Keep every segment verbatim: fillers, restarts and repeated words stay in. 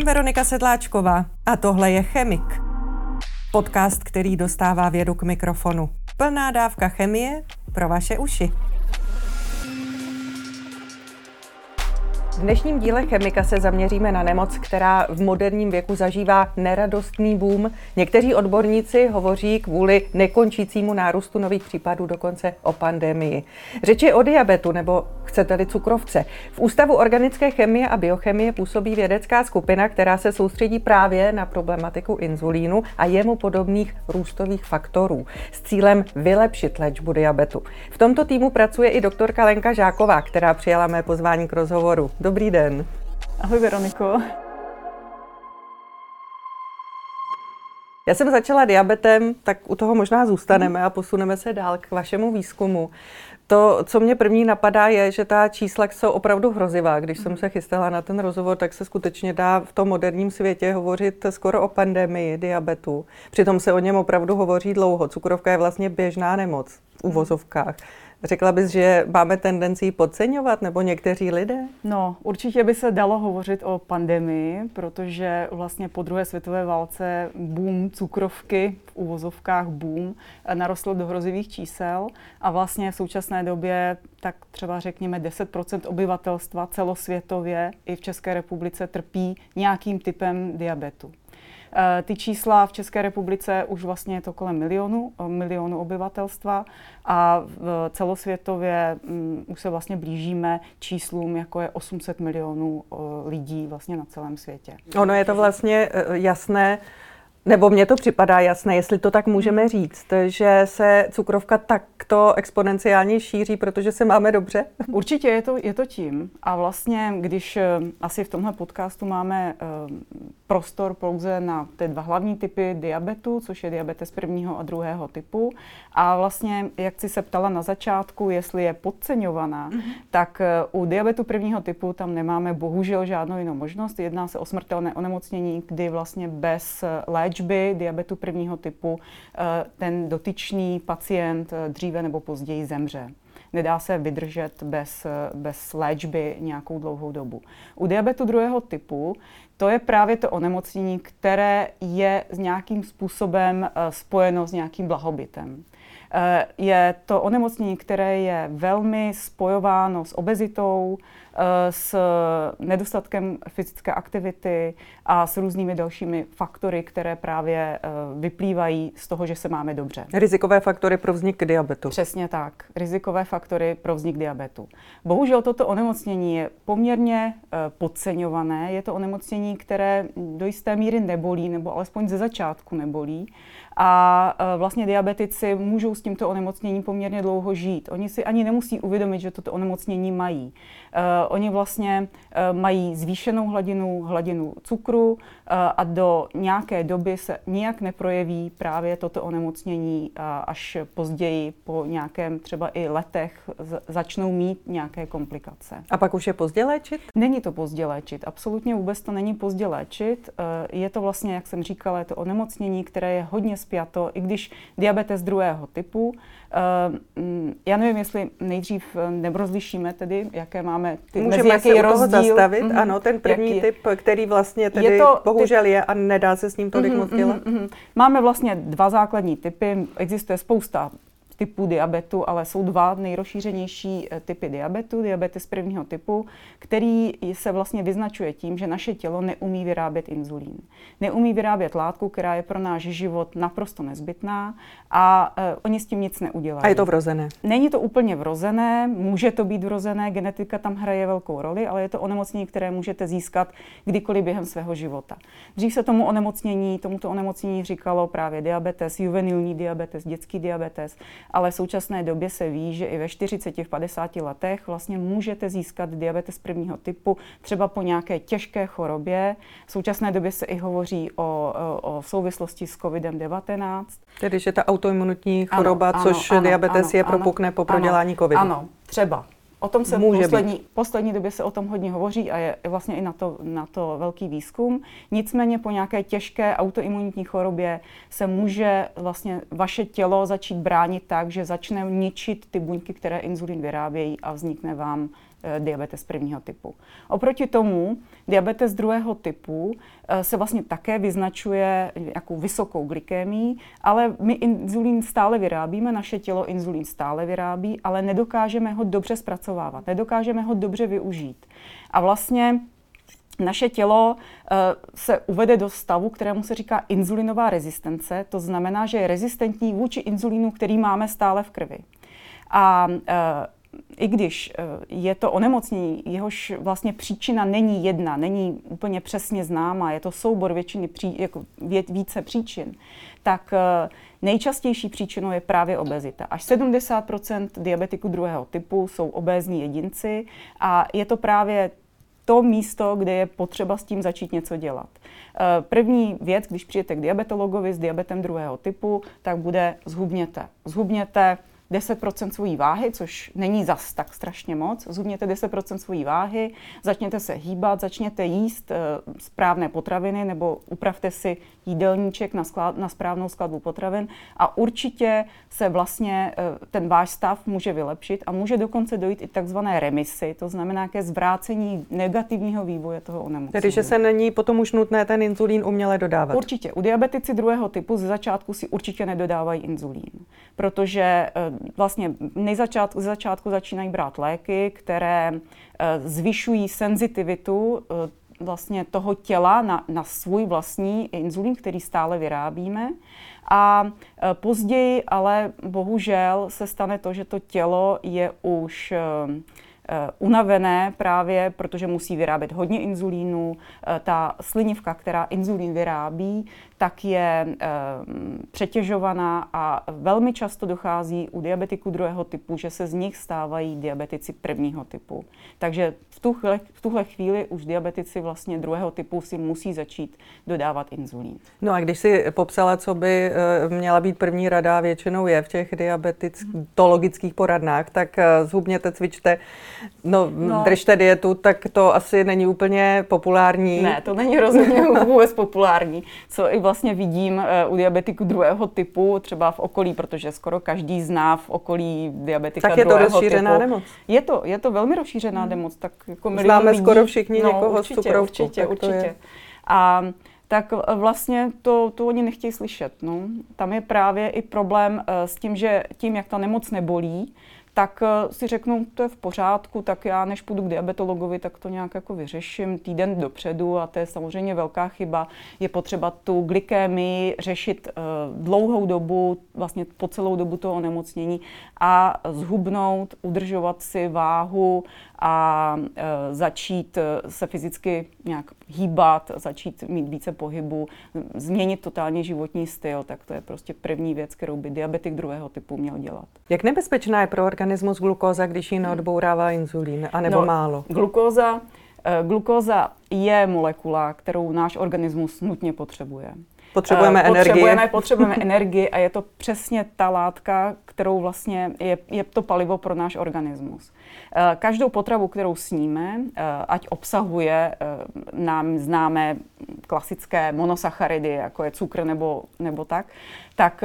Jsem Veronika Sedláčková a tohle je Chemik. Podcast, který dostává vědu k mikrofonu. Plná dávka chemie pro vaše uši. V dnešním díle Chemika se zaměříme na nemoc, která v moderním věku zažívá neradostný boom. Někteří odborníci hovoří kvůli nekončícímu nárůstu nových případů dokonce o pandemii. Řeč je o diabetu, nebo chcete-li cukrovce. V Ústavu organické chemie a biochemie působí vědecká skupina, která se soustředí právě na problematiku inzulínu a jemu podobných růstových faktorů s cílem vylepšit léčbu diabetu. V tomto týmu pracuje i doktorka Lenka Žáková, která přijala mé pozvání k rozhovoru. Dobrý den. Ahoj, Veroniko. Já jsem začala diabetem, tak u toho možná zůstaneme a posuneme se dál k vašemu výzkumu. To, co mě první napadá, je, že ta čísla jsou opravdu hrozivá. Když jsem se chystala na ten rozhovor, tak se skutečně dá v tom moderním světě hovořit skoro o pandemii diabetu. Přitom se o něm opravdu hovoří dlouho. Cukrovka je vlastně běžná nemoc v uvozovkách. Řekla bys, že máme tendenci ji podceňovat, nebo někteří lidé? No, určitě by se dalo hovořit o pandemii, protože vlastně po druhé světové válce boom cukrovky, v uvozovkách boom, narostl do hrozivých čísel a vlastně v současné době tak třeba řekněme deset procent obyvatelstva celosvětově i v České republice trpí nějakým typem diabetu. Ty čísla v České republice už vlastně je to kolem milionu, milionu obyvatelstva a v celosvětově um, už se vlastně blížíme číslům, jako je osm set milionů uh, lidí vlastně na celém světě. Ono je to vlastně uh, jasné, nebo mně to připadá jasné, jestli to tak můžeme říct, že se cukrovka takto exponenciálně šíří, protože se máme dobře? Určitě je to, je to tím. A vlastně, když asi v tomhle podcastu máme uh, prostor pouze na ty dva hlavní typy diabetu, což je diabetes prvního a druhého typu. A vlastně, jak jsi se ptala na začátku, jestli je podceňovaná, mm-hmm. tak uh, u diabetu prvního typu tam nemáme bohužel žádnou jinou možnost. Jedná se o smrtelné onemocnění, kdy vlastně bez léčby léčby diabetu prvního typu ten dotyčný pacient dříve nebo později zemře. Nedá se vydržet bez, bez léčby nějakou dlouhou dobu. U diabetu druhého typu to je právě to onemocnění, které je s nějakým způsobem spojeno s nějakým blahobytem. Je to onemocnění, které je velmi spojováno s obezitou, s nedostatkem fyzické aktivity a s různými dalšími faktory, které právě vyplývají z toho, že se máme dobře. Rizikové faktory pro vznik diabetu. Přesně tak. Rizikové faktory pro vznik diabetu. Bohužel toto onemocnění je poměrně podceňované. Je to onemocnění, které do jisté míry nebolí, nebo alespoň ze začátku nebolí. A vlastně diabetici můžou s tímto onemocněním poměrně dlouho žít. Oni si ani nemusí uvědomit, že toto onemocnění mají. Uh, oni vlastně uh, mají zvýšenou hladinu, hladinu cukru uh, a do nějaké doby se nijak neprojeví právě toto onemocnění uh, až později po nějakém třeba i letech z- začnou mít nějaké komplikace. A pak už je pozdě léčit? Není to pozdě léčit, absolutně vůbec to není pozdě léčit. Uh, je to vlastně, jak jsem říkala, je to onemocnění, které je hodně spjato, i když diabetes druhého typu. Uh, já nevím, jestli nejdřív nerozlišíme tedy, jaké máme ty, Můžeme mezi jaký se u rozdíl. toho zastavit, Mm-hmm. ano, ten první Jaký typ, který vlastně tedy je to bohužel typ... je a nedá se s ním tolik mm-hmm, moc dělat. Mm-hmm. Máme vlastně dva základní typy, existuje spousta typů diabetu, ale jsou dva nejrozšířenější typy diabetu, diabetes prvního typu, který se vlastně vyznačuje tím, že naše tělo neumí vyrábět inzulín. Neumí vyrábět látku, která je pro náš život naprosto nezbytná a uh, oni s tím nic neudělají. A je to vrozené? Není to úplně vrozené, může to být vrozené, genetika tam hraje velkou roli, ale je to onemocnění, které můžete získat kdykoliv během svého života. Dřív se tomu onemocnění, tomuto onemocnění říkalo právě diabetes, juvenilní diabetes, dětský diabetes, ale v současné době se ví, že i ve čtyřiceti, v padesáti letech vlastně můžete získat diabetes prvního typu třeba po nějaké těžké chorobě. V současné době se i hovoří o, o souvislosti s kovidem devatenáct. Tedy, že ta autoimunitní choroba, ano, což ano, diabetes ano, je, ano, propukne po ano, prodělání covidu. Ano, třeba. O tom se v poslední, poslední době se o tom hodně hovoří a je vlastně i na to, na to velký výzkum. Nicméně po nějaké těžké autoimunitní chorobě se může vlastně vaše tělo začít bránit tak, že začne ničit ty buňky, které inzulín vyrábějí a vznikne vám diabetes prvního typu. Oproti tomu diabetes druhého typu se vlastně také vyznačuje jako vysokou glykémií, ale my inzulín stále vyrábíme, naše tělo inzulín stále vyrábí, ale nedokážeme ho dobře zpracovávat, nedokážeme ho dobře využít. A vlastně naše tělo uh, se uvede do stavu, kterému se říká inzulinová rezistence, to znamená, že je rezistentní vůči inzulínu, který máme stále v krvi. A uh, i když uh, je to onemocnění, jehož vlastně příčina není jedna, není úplně přesně známá, je to soubor většiny pří, jako vě, více příčin, tak uh, nejčastější příčinou je právě obezita. Až sedmdesát procent diabetiků druhého typu jsou obézní jedinci a je to právě to místo, kde je potřeba s tím začít něco dělat. První věc, když přijete k diabetologovi s diabetem druhého typu, tak bude zhubněte. Zhubněte deset procent svojí váhy, což není zas tak strašně moc. Zhubněte deset procent svojí váhy, začněte se hýbat, začněte jíst uh, správné potraviny nebo upravte si jídelníček na, sklad, na správnou skladbu potravin a určitě se vlastně uh, ten váš stav může vylepšit a může dokonce dojít i takzvané remisi, to znamená ke zvrácení negativního vývoje toho onemocnění. Tedy, že se není potom už nutné ten inzulín uměle dodávat? Určitě. U diabetici druhého typu ze začátku si určitě nedodávají inzulín, protože uh, vlastně nejzačátku, z začátku začínají brát léky, které zvyšují senzitivitu vlastně toho těla na, na svůj vlastní inzulín, který stále vyrábíme. A později ale bohužel se stane to, že to tělo je už unavené právě, protože musí vyrábět hodně inzulínu. Ta slinivka, která inzulín vyrábí, tak je e, přetěžovaná a velmi často dochází u diabetiků druhého typu, že se z nich stávají diabetici prvního typu. Takže v, tu chvíli, v tuhle chvíli už diabetici vlastně druhého typu si musí začít dodávat inzulín. No a když si popsala, co by měla být první rada, většinou je v těch diabetologických poradnách, tak zhubněte, cvičte, no, no držte dietu, tak to asi není úplně populární. Ne, to není rozhodně vůbec populární. Co i vlastně vidím u diabetiků druhého typu, třeba v okolí, protože skoro každý zná v okolí diabetika druhého typu. Tak je to rozšířená typu. nemoc? Je to, je to velmi rozšířená hmm. nemoc. Tak jako známe lidí, skoro všichni no, někoho určitě, s cukrovkou. Určitě, určitě. A tak vlastně to, to oni nechtějí slyšet. No. Tam je právě i problém s tím, že tím, jak ta nemoc nebolí, tak si řeknu, to je v pořádku, tak já než půjdu k diabetologovi, tak to nějak jako vyřeším týden dopředu a to je samozřejmě velká chyba. Je potřeba tu glykémii řešit uh, dlouhou dobu, vlastně po celou dobu toho onemocnění a zhubnout, udržovat si váhu a uh, začít se fyzicky nějak hýbat, začít mít více pohybu, změnit totálně životní styl, tak to je prostě první věc, kterou by diabetik druhého typu měl dělat. Jak nebezpečná je pro organismus glukóza, když ji neodbourává inzulín, anebo no, málo? Glukóza, glukóza je molekula, kterou náš organismus nutně potřebuje. Potřebujeme energii. Potřebujeme, potřebujeme energii a je to přesně ta látka, kterou vlastně je, je to palivo pro náš organismus. Každou potravu, kterou sníme, ať obsahuje nám známé klasické monosacharidy, jako je cukr nebo, nebo tak, tak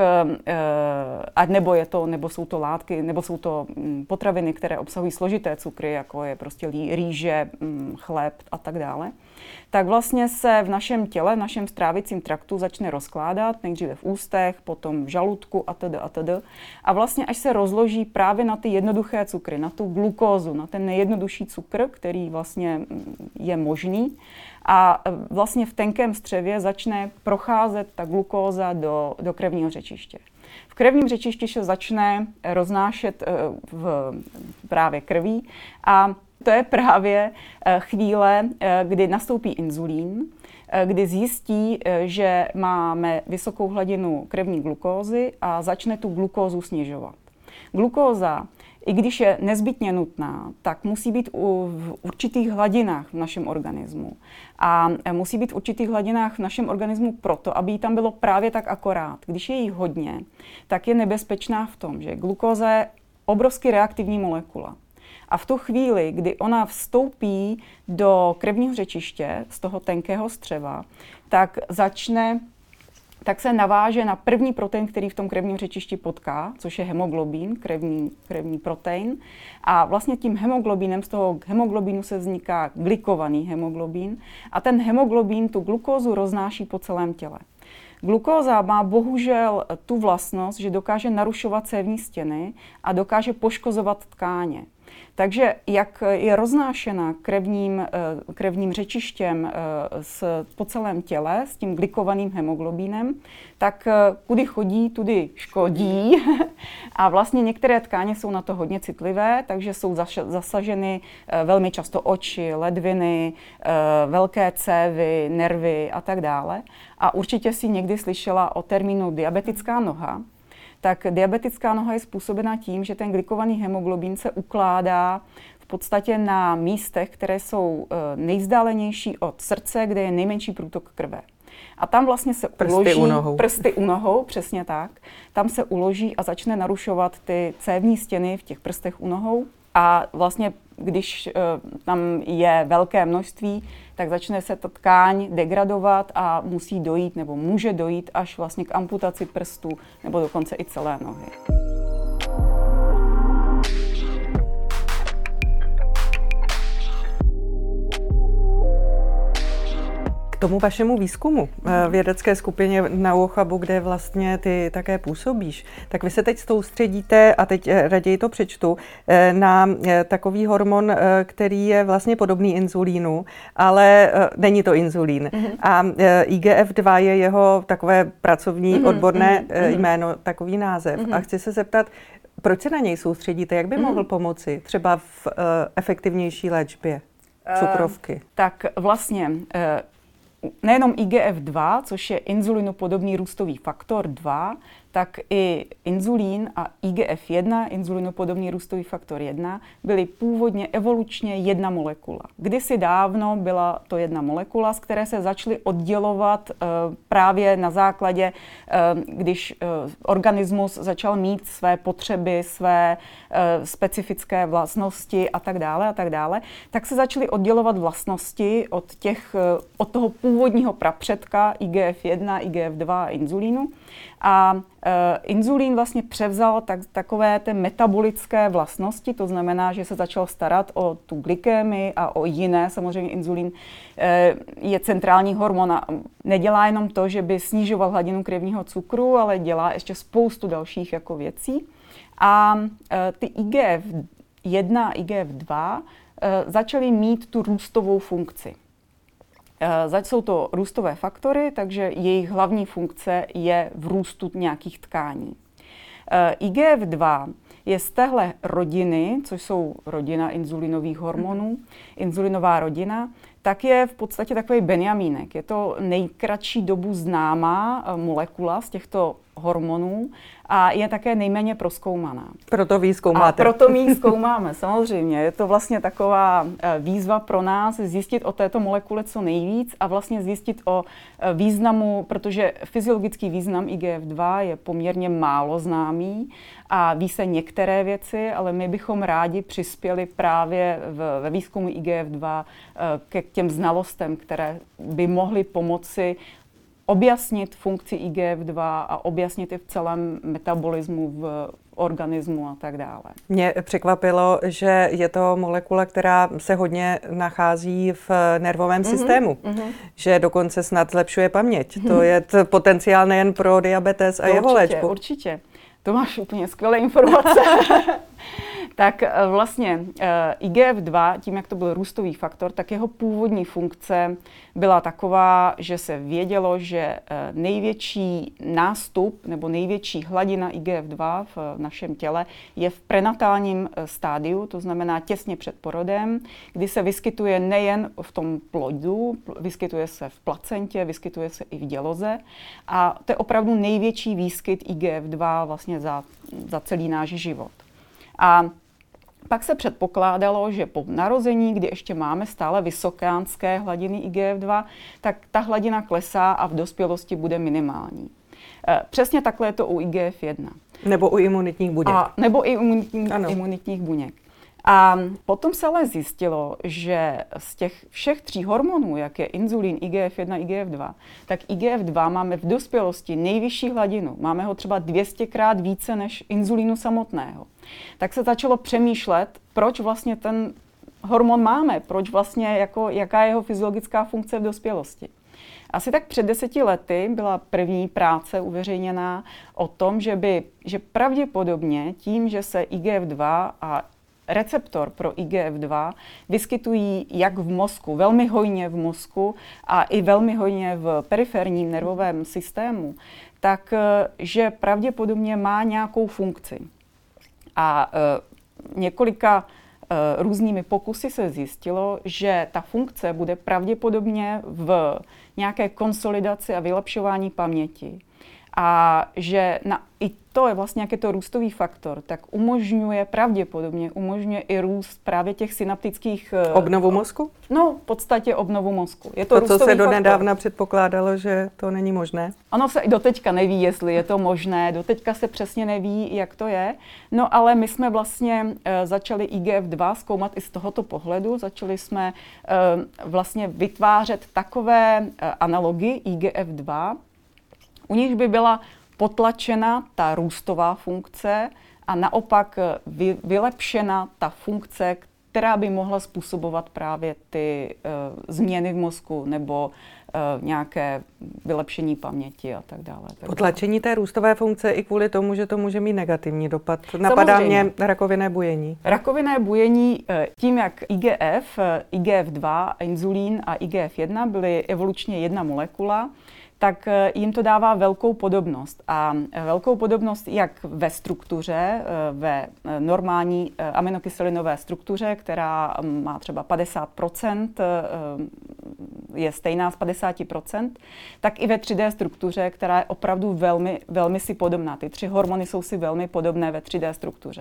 ať nebo je to, nebo jsou to látky, nebo jsou to potraviny, které obsahují složité cukry, jako je prostě rýže, chléb a tak dále, tak vlastně se v našem těle, v našem strávicím traktu začne rozkládat, nejdříve v ústech, potom v žaludku a tedy a tedy. A vlastně až se rozloží právě na ty jednoduché cukry, na tu glukózu, na ten nejjednodušší cukr, který vlastně je možný. A vlastně v tenkém střevě začne procházet ta glukóza do, do krevního řečiště. V krevním řečišti se začne roznášet v právě krví a to je právě chvíle, kdy nastoupí inzulín, kdy zjistí, že máme vysokou hladinu krevní glukózy a začne tu glukózu snižovat. Glukóza, i když je nezbytně nutná, tak musí být v určitých hladinách v našem organismu. A musí být v určitých hladinách v našem organismu proto, aby jí tam bylo právě tak akorát. Když je jí hodně, tak je nebezpečná v tom, že glukóza je obrovsky reaktivní molekula. A v tu chvíli, kdy ona vstoupí do krevního řečiště z toho tenkého střeva, tak začne tak se naváže na první protein, který v tom krevním řečišti potká, což je hemoglobín, krevní, krevní protein. A vlastně tím hemoglobínem, z toho hemoglobínu se vzniká glykovaný hemoglobín a ten hemoglobín tu glukózu roznáší po celém těle. Glukóza má bohužel tu vlastnost, že dokáže narušovat cévní stěny a dokáže poškozovat tkáně. Takže jak je roznášena krevním, krevním řečištěm po celém těle s tím glykovaným hemoglobínem, tak kudy chodí, tudy škodí. A vlastně některé tkáně jsou na to hodně citlivé, takže jsou zasaženy velmi často oči, ledviny, velké cévy, nervy a tak dále. A určitě si někdy slyšela o termínu diabetická noha. Tak diabetická noha je způsobena tím, že ten glykovaný hemoglobín se ukládá v podstatě na místech, které jsou nejvzdálenější od srdce, kde je nejmenší průtok krve. A tam vlastně se prsty uloží u nohou. prsty u nohou, přesně tak. Tam se uloží a začne narušovat ty cévní stěny v těch prstech u nohou. A vlastně, když uh, tam je velké množství, tak začne se ta tkáň degradovat a musí dojít, nebo může dojít až vlastně k amputaci prstů, nebo dokonce i celé nohy. K tomu vašemu výzkumu vědecké skupině na U H A B U, kde vlastně ty také působíš, tak vy se teď soustředíte, a teď raději to přečtu, na takový hormon, který je vlastně podobný inzulínu, ale není to inzulín. Mm-hmm. A I G F dva je jeho takové pracovní mm-hmm. odborné mm-hmm. jméno, takový název. Mm-hmm. A chci se zeptat, proč se na něj soustředíte? Jak by mm-hmm. mohl pomoci třeba v efektivnější léčbě cukrovky? Uh, tak vlastně... Uh, Nejenom I G F dva, což je inzulinopodobný růstový faktor dva, tak i inzulín a I G F jedna, inzulinopodobný růstový faktor jedna, byly původně evolučně jedna molekula. Kdysi dávno byla to jedna molekula, z které se začaly oddělovat uh, právě na základě, uh, když uh, organismus začal mít své potřeby, své uh, specifické vlastnosti a tak dále a tak dále, tak se začaly oddělovat vlastnosti od těch, uh, od toho původního prapředka I G F jedna, I G F dva a inzulínu. A uh, inzulín vlastně převzal tak, takové ty metabolické vlastnosti, to znamená, že se začal starat o tu glykémii a o jiné. Samozřejmě inzulín uh, je centrální hormon a nedělá jenom to, že by snižoval hladinu krevního cukru, ale dělá ještě spoustu dalších jako věcí. A uh, ty I G F jedna a I G F dva uh, začaly mít tu růstovou funkci. Zač jsou to růstové faktory, takže jejich hlavní funkce je v růstu nějakých tkání. I G F dva je z téhle rodiny, což jsou rodina inzulinových hormonů, inzulinová rodina, tak je v podstatě takový benjamínek. Je to nejkratší dobu známá molekula z těchto hormonů a je také nejméně prozkoumaná. Proto vy ji zkoumáte. A proto my ji zkoumáme, samozřejmě. Je to vlastně taková výzva pro nás zjistit o této molekule co nejvíc a vlastně zjistit o významu, protože fyziologický význam I G F dva je poměrně málo známý a ví se některé věci, ale my bychom rádi přispěli právě v, ve výzkumu I G F dva ke těm znalostem, které by mohly pomoci objasnit funkci I G F dva a objasnit i v celém metabolismu v organismu a tak dále. Mě překvapilo, že je to molekula, která se hodně nachází v nervovém mm-hmm. systému, mm-hmm. že dokonce snad zlepšuje paměť. Mm-hmm. To je t- potenciál nejen pro diabetes a to jeho určitě, léčbu. Určitě. To máš úplně skvělé informace. Tak vlastně I G F dva, tím jak to byl růstový faktor, tak jeho původní funkce byla taková, že se vědělo, že největší nástup nebo největší hladina I G F dva v našem těle je v prenatálním stádiu, to znamená těsně před porodem, kdy se vyskytuje nejen v tom plodu, vyskytuje se v placentě, vyskytuje se i v děloze a to je opravdu největší výskyt I G F dva vlastně za, za celý náš život. A pak se předpokládalo, že po narození, kdy ještě máme stále vysokánské hladiny I G F dva, tak ta hladina klesá a v dospělosti bude minimální. Přesně takhle je to u I G F jedna. Nebo u imunitních buněk. A, nebo i u imunitních, imunitních buněk. A potom se ale zjistilo, že z těch všech tří hormonů, jak je inzulín, I G F jedna, I G F dva, tak I G F dva máme v dospělosti nejvyšší hladinu. Máme ho třeba dvě stě krát více než inzulínu samotného. Tak se začalo přemýšlet, proč vlastně ten hormon máme, proč vlastně, jako, jaká je jeho fyziologická funkce v dospělosti. Asi tak před deseti lety byla první práce uveřejněná o tom, že, by, že pravděpodobně tím, že se I G F dva a receptor pro I G F dva vyskytují jak v mozku, velmi hojně v mozku a i velmi hojně v periferním nervovém systému, tak že pravděpodobně má nějakou funkci. A e, několika e, různými pokusy se zjistilo, že ta funkce bude pravděpodobně v nějaké konsolidaci a vylepšování paměti. A že na, i to je vlastně nějaký to růstový faktor, tak umožňuje, pravděpodobně umožňuje i růst právě těch synaptických... Obnovu mozku? No, v podstatě obnovu mozku. Je to, to co se faktor. donedávna předpokládalo, že to není možné? Ono se i doteďka neví, jestli je to možné, doteďka se přesně neví, jak to je. No ale my jsme vlastně e, začali I G F dva zkoumat i z tohoto pohledu. Začali jsme e, vlastně vytvářet takové e, analogy I G F dva, u nich by byla potlačena ta růstová funkce a naopak vy, vylepšena ta funkce, která by mohla způsobovat právě ty uh, změny v mozku nebo uh, nějaké vylepšení paměti a tak dále. Tak potlačení té růstové funkce i kvůli tomu, že to může mít negativní dopad. Napadá Samozřejmě. mě rakovinné bujení. Rakovinné bujení, tím jak I G F, I G F dva, inzulín a I G F jedna byly evolučně jedna molekula, tak jim to dává velkou podobnost. A velkou podobnost jak ve struktuře, ve normální aminokyselinové struktuře, která má třeba padesát procent, je stejná z padesát procent, tak i ve tři D struktuře, která je opravdu velmi, velmi si podobná. Ty tři hormony jsou si velmi podobné ve tři D struktuře.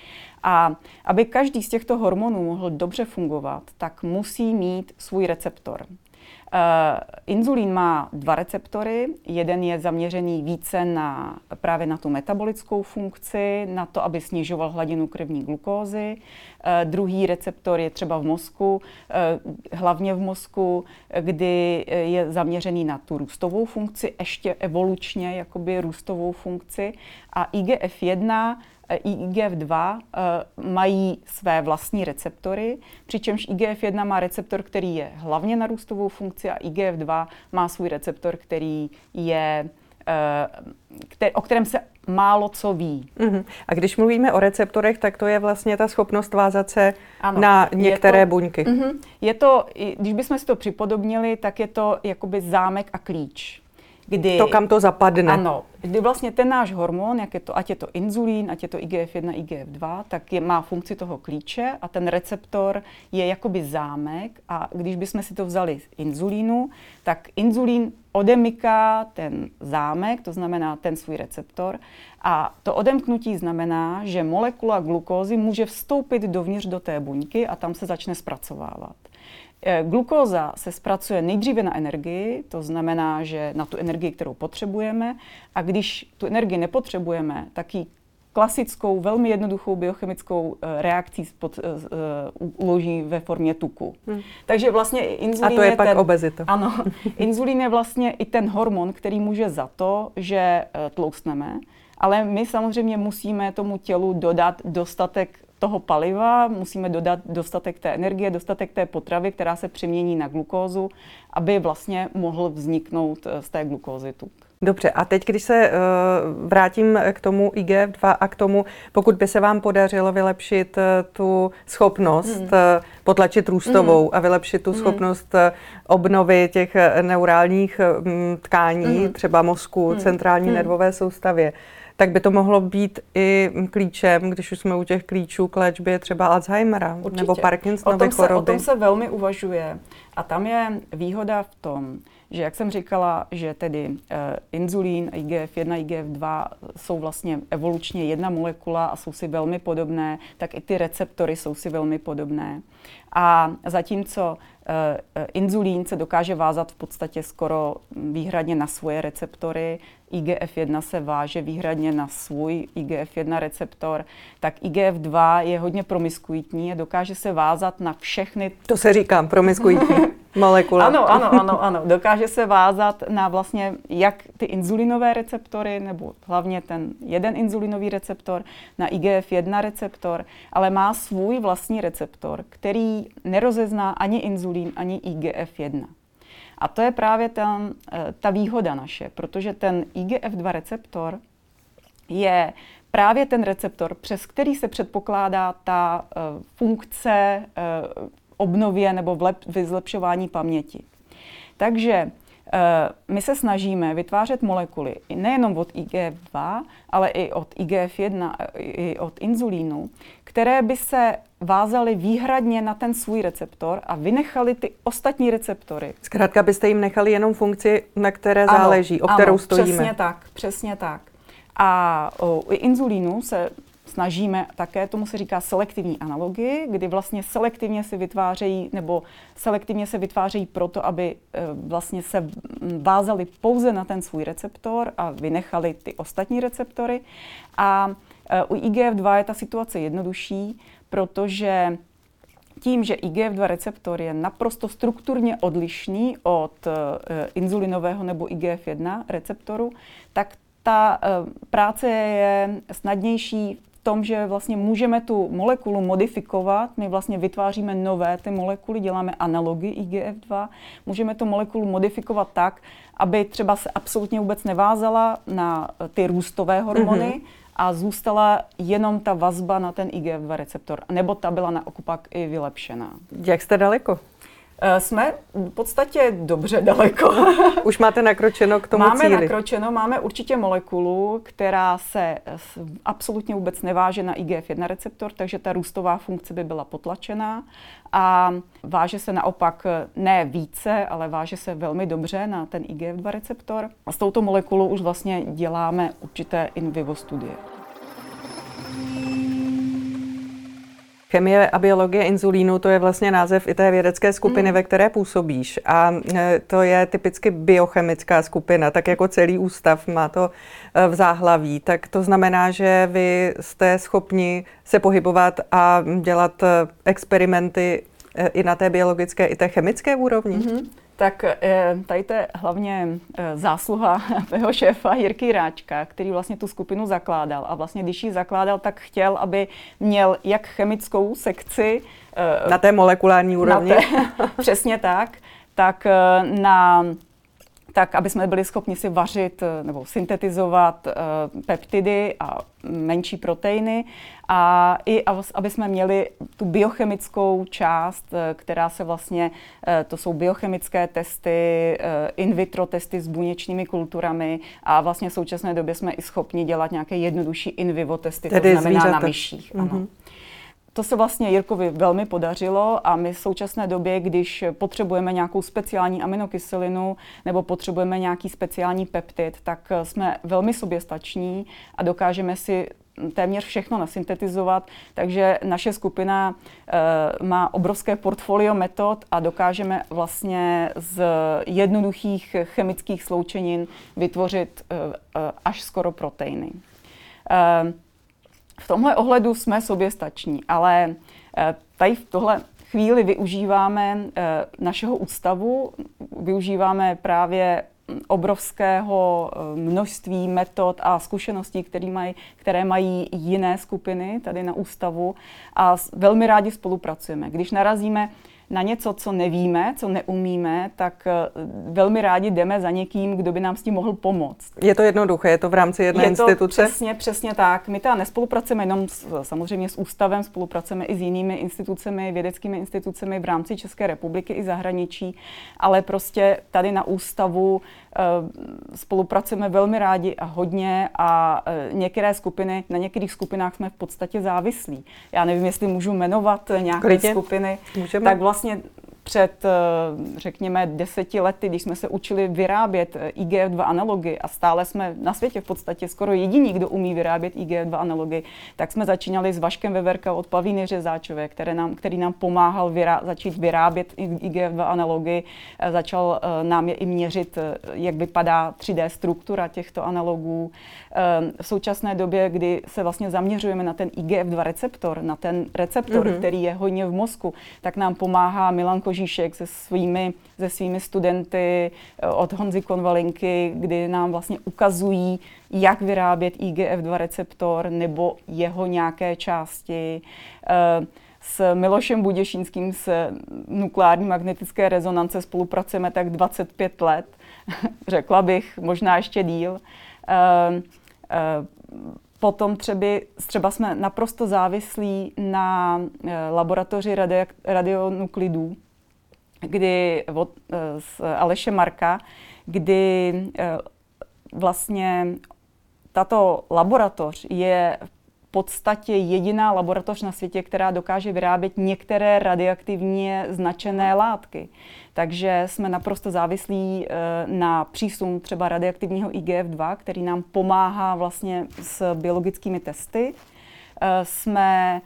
A aby každý z těchto hormonů mohl dobře fungovat, tak musí mít svůj receptor. Uh, inzulín má dva receptory, jeden je zaměřený více na, právě na tu metabolickou funkci, na to, aby snižoval hladinu krevní glukózy. Uh, druhý receptor je třeba v mozku, uh, hlavně v mozku, kdy je zaměřený na tu růstovou funkci, ještě evolučně jakoby růstovou funkci. A I G F jedna I G F dva uh, mají své vlastní receptory, přičemž I G F jedna má receptor, který je hlavně na růstovou funkci a I G F dva má svůj receptor, který je, uh, který, o kterém se málo co ví. Uh-huh. A když mluvíme o receptorech, tak to je vlastně ta schopnost vázat se ano, na některé to, buňky. Uh-huh. Je to, když bychom si to připodobnili, tak je to jakoby zámek a klíč. Kdy, to, kam to zapadne. Ano, kdy vlastně ten náš hormon, jak je to, ať je to inzulín, ať je to I G F jedna, I G F dva, tak je, má funkci toho klíče a ten receptor je jakoby zámek a když bychom si to vzali z inzulínu, tak inzulín odemyká ten zámek, to znamená ten svůj receptor a to odemknutí znamená, že molekula glukózy může vstoupit dovnitř do té buňky a tam se začne zpracovávat. Glukóza se zpracuje nejdříve na energii, to znamená, že na tu energii, kterou potřebujeme, a když tu energii nepotřebujeme, tak ji klasickou, velmi jednoduchou biochemickou reakcí spod, uh, uloží ve formě tuku. Hmm. Takže vlastně inzulín a to je, je pak ten, obezita. Ano, inzulín je vlastně i ten hormon, který může za to, že uh, tloustneme, ale my samozřejmě musíme tomu tělu dodat dostatek toho paliva, musíme dodat dostatek té energie, dostatek té potravy, která se přemění na glukózu, aby vlastně mohl vzniknout z té glukózy tuk. Dobře, a teď, když se uh, vrátím k tomu I G F dva a k tomu, pokud by se vám podařilo vylepšit uh, tu schopnost, mm. uh, potlačit růstovou mm. a vylepšit tu mm. schopnost uh, obnovy těch neurálních um, tkání, mm. třeba mozku, mm. centrální mm. nervové soustavě, tak by to mohlo být i klíčem, když už jsme u těch klíčů k léčbě třeba Alzheimera Určitě. nebo Parkinsonovy choroby. O tom se velmi uvažuje. A tam je výhoda v tom, že jak jsem říkala, že tedy e, inzulín, I G F jedna, I G F dva jsou vlastně evolučně jedna molekula a jsou si velmi podobné, tak i ty receptory jsou si velmi podobné. A zatímco e, e, inzulín se dokáže vázat v podstatě skoro výhradně na svoje receptory, I G F jedna se váže výhradně na svůj I G F jedna receptor, tak I G F dva je hodně promiskuitní a dokáže se vázat na všechny... To se říkám, promiskuitní molekula. Ano, ano, ano, ano. Dokáže se vázat na vlastně jak ty inzulinové receptory, nebo hlavně ten jeden inzulinový receptor, na I G F jedna receptor, ale má svůj vlastní receptor, který nerozezná ani inzulín, ani I G F jedna. A to je právě ta, ta výhoda naše, protože ten I G F dva receptor je právě ten receptor, přes který se předpokládá ta uh, funkce uh, obnově nebo vyzlepšování paměti. Takže uh, my se snažíme vytvářet molekuly nejenom od I G F dva, ale i od I G F jedna, i od inzulínu, které by se vázaly výhradně na ten svůj receptor a vynechali ty ostatní receptory. Zkrátka byste jim nechali jenom funkci, na které záleží, ano, o kterou ano, stojíme. Přesně tak, přesně tak. A u inzulínu se snažíme také, tomu se říká selektivní analogii, kdy vlastně selektivně se vytvářejí, nebo selektivně se vytvářejí proto, aby vlastně se vázali pouze na ten svůj receptor a vynechali ty ostatní receptory. A u I G F dva je ta situace jednodušší, protože tím, že I G F dva receptor je naprosto strukturně odlišný od uh, inzulinového nebo I G F jedna receptoru, tak ta uh, práce je snadnější v tom, že vlastně můžeme tu molekulu modifikovat. My vlastně vytváříme nové ty molekuly, děláme analogy I G F dva. Můžeme tu molekulu modifikovat tak, aby třeba se absolutně vůbec nevázala na ty růstové hormony, mm-hmm. a zůstala jenom ta vazba na ten I G F dva receptor, nebo ta byla naopak i vylepšená. Jak jste daleko? Jsme v podstatě dobře daleko. Už máte nakročeno k tomu máme cíli? Máme nakročeno, máme určitě molekulu, která se absolutně vůbec neváže na I G F jedna receptor, takže ta růstová funkce by byla potlačená a váže se naopak ne více, ale váže se velmi dobře na ten I G F dva receptor. A s touto molekulou už vlastně děláme určité in vivo studie. Chemie a biologie inzulínu, to je vlastně název i té vědecké skupiny, mm. ve které působíš. A to je typicky biochemická skupina, tak jako celý ústav má to v záhlaví. Tak to znamená, že vy jste schopni se pohybovat a dělat experimenty i na té biologické, i té chemické úrovni? Mm-hmm. Tak tady to je hlavně zásluha mého šéfa Jirky Ráčka, který vlastně tu skupinu zakládal. A vlastně když ji zakládal, tak chtěl, aby měl jak chemickou sekci na té molekulární úrovni. Na té, přesně tak. Tak na tak aby jsme byli schopni si vařit nebo syntetizovat uh, peptidy a menší proteiny a i aby jsme měli tu biochemickou část, která se vlastně, uh, to jsou biochemické testy, uh, in vitro testy s buněčnými kulturami a vlastně v současné době jsme i schopni dělat nějaké jednodušší in vivo testy, tedy to znamená zvířata. Na myších. Mm-hmm. Ano. To se vlastně Jirkovi velmi podařilo a my v současné době, když potřebujeme nějakou speciální aminokyselinu nebo potřebujeme nějaký speciální peptid, tak jsme velmi soběstační a dokážeme si téměř všechno nasyntetizovat, takže naše skupina uh, má obrovské portfolio metod a dokážeme vlastně z jednoduchých chemických sloučenin vytvořit uh, uh, až skoro proteiny. Uh, V tomhle ohledu jsme soběstační, ale tady v tohle chvíli využíváme našeho ústavu, využíváme právě obrovského množství metod a zkušeností, které mají, které mají jiné skupiny tady na ústavu a velmi rádi spolupracujeme. Když narazíme na něco, co nevíme, co neumíme, tak velmi rádi jdeme za někým, kdo by nám s tím mohl pomoct. Je to jednoduché, je to v rámci jedné je instituce? To přesně, přesně tak. My teda nespolupracujeme jenom s, samozřejmě s ústavem, spolupracujeme i s jinými institucemi, vědeckými institucemi v rámci České republiky i zahraničí, ale prostě tady na ústavu spolupracujeme velmi rádi a hodně a některé skupiny, na některých skupinách jsme v podstatě závislí. Já nevím, jestli můžu jmenovat nějaké Klidně. skupiny. Můžeme. Tak vlastně před, řekněme, deseti lety, když jsme se učili vyrábět I G F dva analogy a stále jsme na světě v podstatě skoro jediní, kdo umí vyrábět I G F dva analogy, tak jsme začínali s Vaškem Veverka od Pavlíny Řezáčové, který nám, který nám pomáhal vyrá, začít vyrábět I G F dva analogy. Začal nám je i měřit, jak vypadá tři dé struktura těchto analogů. V současné době, kdy se vlastně zaměřujeme na ten I G F dva receptor, na ten receptor, mm-hmm. který je hodně v mozku, tak nám pomáhá Milan Kožíšek se svými, se svými studenty od Honzy Konvalinky, kdy nám vlastně ukazují, jak vyrábět I G F dva receptor nebo jeho nějaké části. S Milošem Buděšínským z nukleární magnetické rezonance spolupracujeme tak dvacet pět let, řekla bych, možná ještě díl. Potom třeba, třeba jsme naprosto závislí na laboratoři radio, radionuklidů, kdy od z Aleše Marka, kdy vlastně tato laboratoř je v podstatě jediná laboratoř na světě, která dokáže vyrábět některé radioaktivně značené látky. Takže jsme naprosto závislí na přísun třeba radioaktivního I G F dva, který nám pomáhá vlastně s biologickými testy. Jsme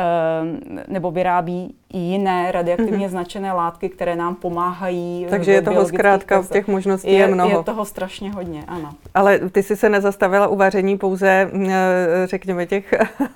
nebo vyrábí i jiné radioaktivně značené látky, které nám pomáhají. Takže je toho zkrátka, těch možností je, je mnoho. Je toho strašně hodně, ano. Ale ty jsi se nezastavila u vaření pouze, řekněme, těch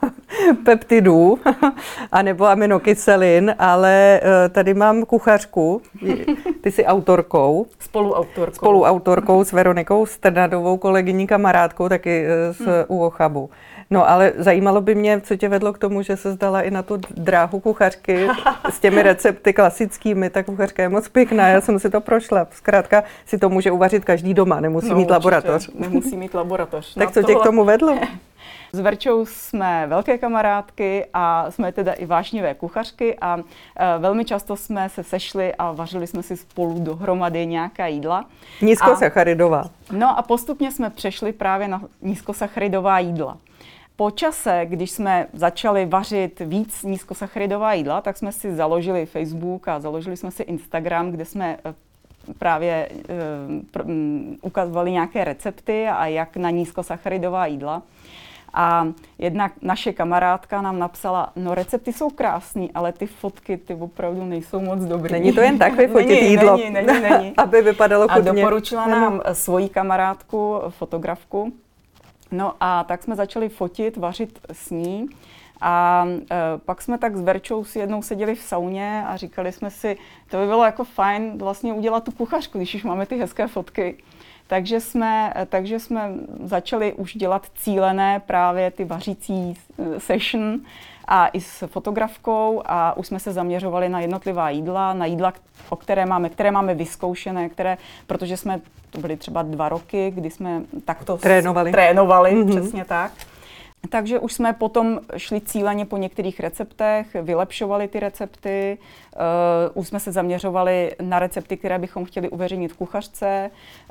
peptidů, anebo aminokyselin, ale tady mám kuchařku, ty jsi autorkou. Spoluautorkou. Spoluautorkou s Veronikou Strnadovou, kolegyní, kamarádkou, taky z hmm. ÚOCHABu. No ale zajímalo by mě, co tě vedlo k tomu, že se zdala i na tu dráhu kuchařky s těmi recepty klasickými. Ta kuchařka je moc pěkná, já jsem si to prošla. Zkrátka si to může uvařit každý doma, nemusí no, mít laboratoř. Nemusí mít laboratoř. Tak co tě k tomu vedlo? S Verčou jsme velké kamarádky a jsme teda i vášnivé kuchařky a e, velmi často jsme se sešli a vařili jsme si spolu dohromady nějaká jídla. Nízkosacharidová. A, no a postupně jsme přešli právě na nízkosacharidová jídla. Po čase, když jsme začali vařit víc nízkosacharidová jídla, tak jsme si založili Facebook a založili jsme si Instagram, kde jsme právě uh, ukazovali nějaké recepty a jak na nízkosacharidová jídla. A jedna naše kamarádka nám napsala, no recepty jsou krásný, ale ty fotky, ty opravdu nejsou moc dobrý. Není to jen tak vyfotit není, jídlo, není, není, není. aby vypadalo chutně. A doporučila nám svoji kamarádku, fotografku. No a tak jsme začali fotit, vařit s ní a e, pak jsme tak s Verčou si jednou seděli v sauně a říkali jsme si, to by bylo jako fajn vlastně udělat tu kuchařku, když už máme ty hezké fotky. Takže jsme, takže jsme začali už dělat cílené právě ty vařící session a i s fotografkou a už jsme se zaměřovali na jednotlivá jídla, na jídla, o které máme, které máme vyzkoušené, které, protože jsme, to byly třeba dva roky, kdy jsme takto trénovali, trénovali mm-hmm. přesně tak. Takže už jsme potom šli cíleně po některých receptech, vylepšovali ty recepty, uh, už jsme se zaměřovali na recepty, které bychom chtěli uveřejnit v kuchařce.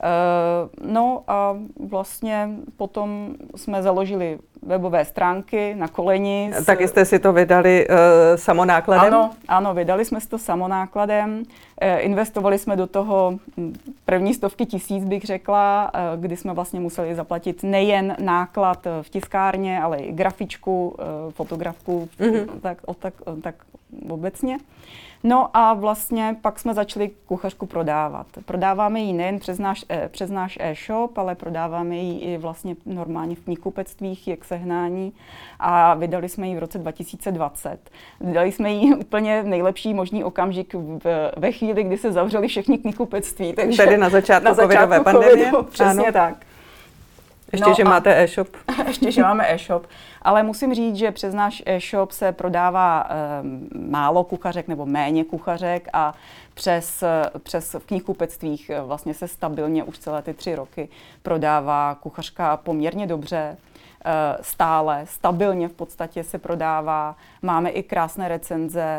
Uh, no a vlastně potom jsme založili webové stránky na koleni. S... Taky jste si to vydali uh, samonákladem? Ano, ano, vydali jsme si to samonákladem. Uh, investovali jsme do toho první stovky tisíc, bych řekla, uh, kdy jsme vlastně museli zaplatit nejen náklad v tiskárně, ale i grafičku, uh, fotografku, mm-hmm. tak, o, tak, o, tak obecně. No a vlastně pak jsme začali kuchařku prodávat. Prodáváme ji nejen přes náš, e, přes náš e-shop, ale prodáváme ji i vlastně normálně v knihkupectvích, jak sehnání. A vydali jsme ji v roce dva tisíce dvacet. Vydali jsme ji úplně v nejlepší možný okamžik v, ve chvíli, kdy se zavřely všechny knihkupectví. Takže tedy na začátku, na začátku covidové pandemie. Přesně ano. Tak. Ještě, no že máte e-shop. Ještě, že máme e-shop. Ale musím říct, že přes náš e-shop se prodává um, málo kuchařek nebo méně kuchařek a přes, přes v knihkupectvích vlastně se stabilně už celé ty tři roky prodává kuchařka poměrně dobře. Stále, stabilně v podstatě se prodává. Máme i krásné recenze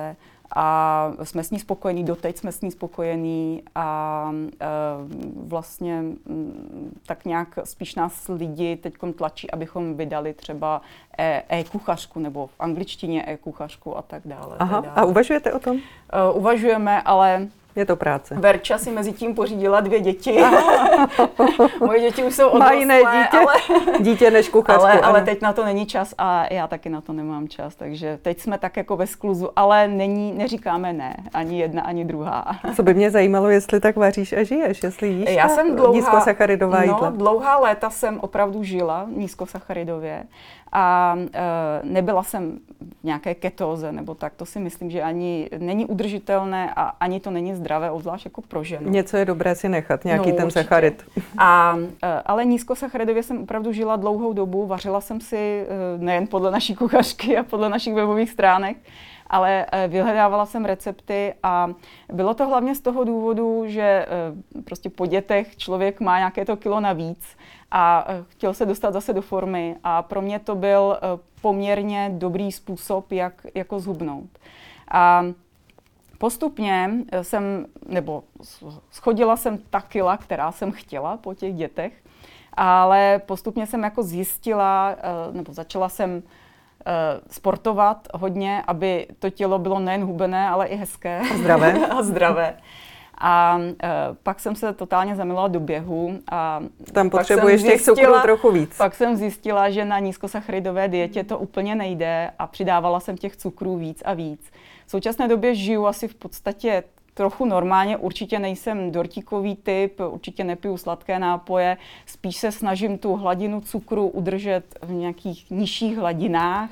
A jsme s ní spokojení, doteď jsme s ní spokojení a e, vlastně m, tak nějak spíš nás lidi teď tlačí, abychom vydali třeba e, e-kuchařku nebo v angličtině e-kuchařku a tak dále. Aha, tak dále. A uvažujete o tom? E, uvažujeme, ale je to práce. Verča si mezi tím pořídila dvě děti. Moje děti už jsou odrostlé, jiné dítě, ale, dítě než kuchařku. Ale, ale teď na to není čas a já taky na to nemám čas, takže teď jsme tak jako ve skluzu, ale není, neříkáme ne, ani jedna, ani druhá. Co by mě zajímalo, jestli tak vaříš a žiješ, jestli jíš já jsem dlouhá, nízkosacharidová jídla. No, dlouhá léta jsem opravdu žila nízkosacharidově a e, nebyla jsem v nějaké ketóze, nebo tak, to si myslím, že ani není udržitelné a ani to není zdravé, obzvlášť jako pro ženu. Něco je dobré si nechat, nějaký no, ten určitě. sacharid. A, ale nízkosacharidově jsem opravdu žila dlouhou dobu, vařila jsem si nejen podle naší kuchařky a podle našich webových stránek, ale vyhledávala jsem recepty a bylo to hlavně z toho důvodu, že prostě po dětech člověk má nějaké to kilo navíc a chtěl se dostat zase do formy a pro mě to byl poměrně dobrý způsob, jak jako zhubnout. A postupně jsem, nebo schodila jsem ta kila, která jsem chtěla po těch dětech, ale postupně jsem jako zjistila, nebo začala jsem sportovat hodně, aby to tělo bylo nejen hubené, ale i hezké. A zdravé. a zdravé. A e, pak jsem se totálně zamilovala do běhu. A tam potřebuješ těch cukrů trochu víc. Pak jsem zjistila, že na nízkosacharidové dietě to úplně nejde a přidávala jsem těch cukrů víc a víc. V současné době žiju asi v podstatě trochu normálně, určitě nejsem dortíkový typ, určitě nepiju sladké nápoje, spíš se snažím tu hladinu cukru udržet v nějakých nižších hladinách,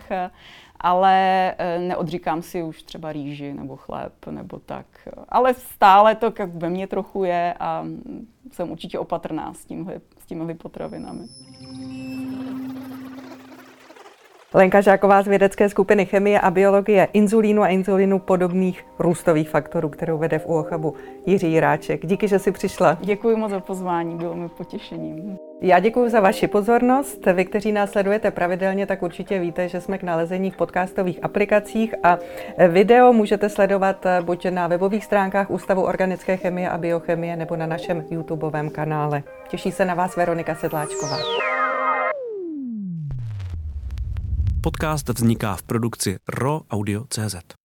ale neodříkám si už třeba rýži nebo chléb nebo tak. Ale stále to jak ve mně trochu je a jsem určitě opatrná s tímhle, s tímhle potravinami. Lenka Žáková z vědecké skupiny Chemie a biologie inzulínu a inzulínu podobných růstových faktorů, kterou vede v UOCHABu Jiří Jiráček. Díky, že jsi přišla. Děkuji moc za pozvání, bylo mi potěšením. Já děkuji za vaši pozornost. Vy, kteří nás sledujete pravidelně, tak určitě víte, že jsme k nalezení v podcastových aplikacích a video můžete sledovat buď na webových stránkách Ústavu organické chemie a biochemie nebo na našem YouTubeovém kanále. Těší se na vás Veronika Sedláčková. Podcast vzniká v produkci R O Audio tečka cé zet.